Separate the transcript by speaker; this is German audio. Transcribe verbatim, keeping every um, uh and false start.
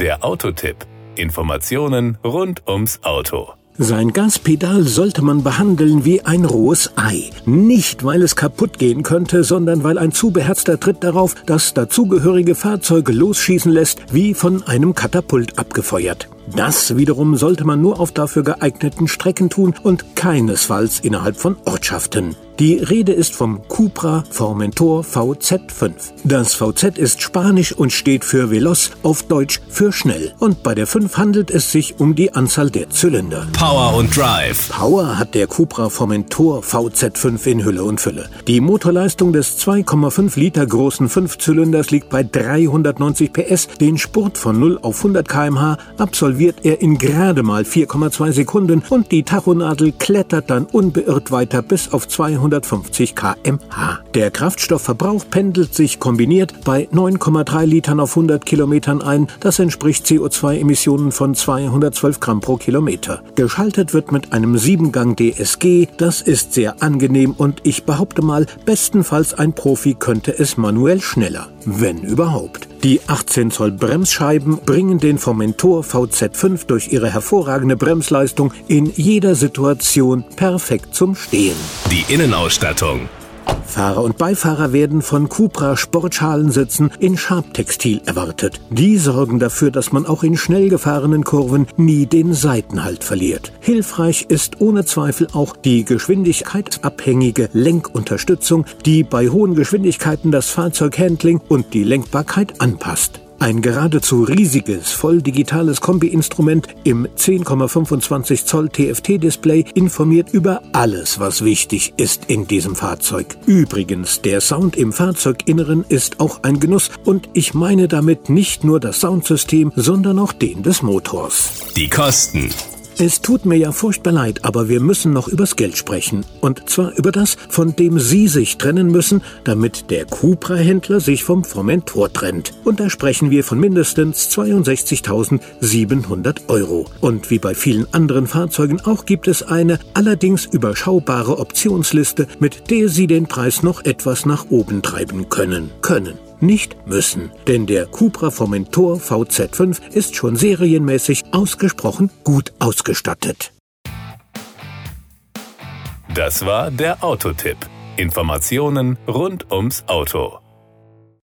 Speaker 1: Der Autotipp. Informationen rund ums Auto.
Speaker 2: Sein Gaspedal sollte man behandeln wie ein rohes Ei. Nicht, weil es kaputt gehen könnte, sondern weil ein zu beherzter Tritt darauf das dazugehörige Fahrzeug losschießen lässt, wie von einem Katapult abgefeuert. Das wiederum sollte man nur auf dafür geeigneten Strecken tun und keinesfalls innerhalb von Ortschaften. Die Rede ist vom Cupra Formentor V Z fünf. Das V Z ist Spanisch und steht für Veloz, auf Deutsch für schnell. Und bei der fünf handelt es sich um die Anzahl der Zylinder.
Speaker 1: Power und Drive.
Speaker 2: Power hat der Cupra Formentor V Z fünf in Hülle und Fülle. Die Motorleistung des zwei Komma fünf Liter großen Fünfzylinders liegt bei dreihundertneunzig P S. Den Spurt von null auf hundert Kilometer pro Stunde absolviert er in gerade mal vier Komma zwei Sekunden und die Tachonadel klettert dann unbeirrt weiter bis auf zweihundertfünfzig Kilometer pro Stunde. Der Kraftstoffverbrauch pendelt sich kombiniert bei neun Komma drei Litern auf hundert Kilometern ein. Das entspricht C O zwei Emissionen von zweihundertzwölf Gramm pro Kilometer. Geschaltet wird mit einem sieben Gang D S G. Das ist sehr angenehm und ich behaupte mal, bestenfalls ein Profi könnte es manuell schneller. Wenn überhaupt. Die achtzehn Zoll Bremsscheiben bringen den Formentor V Z fünf durch ihre hervorragende Bremsleistung in jeder Situation perfekt zum Stehen.
Speaker 1: Die Innenausstattung.
Speaker 2: Fahrer und Beifahrer werden von Cupra Sportschalensitzen in Sharp-Textil erwartet. Die sorgen dafür, dass man auch in schnell gefahrenen Kurven nie den Seitenhalt verliert. Hilfreich ist ohne Zweifel auch die geschwindigkeitsabhängige Lenkunterstützung, die bei hohen Geschwindigkeiten das Fahrzeughandling und die Lenkbarkeit anpasst. Ein geradezu riesiges, voll digitales Kombi-Instrument im zehn Komma fünfundzwanzig Zoll T F T-Display informiert über alles, was wichtig ist in diesem Fahrzeug. Übrigens, der Sound im Fahrzeuginneren ist auch ein Genuss und ich meine damit nicht nur das Soundsystem, sondern auch den des Motors.
Speaker 1: Die Kosten.
Speaker 2: Es tut mir ja furchtbar leid, aber wir müssen noch übers Geld sprechen. Und zwar über das, von dem Sie sich trennen müssen, damit der Cupra-Händler sich vom Formentor trennt. Und da sprechen wir von mindestens zweiundsechzigtausendsiebenhundert Euro. Und wie bei vielen anderen Fahrzeugen auch gibt es eine allerdings überschaubare Optionsliste, mit der Sie den Preis noch etwas nach oben treiben können. Können. Nicht müssen, denn der Cupra Formentor V Z fünf ist schon serienmäßig ausgesprochen gut ausgestattet.
Speaker 1: Das war der Autotipp. Informationen rund ums Auto.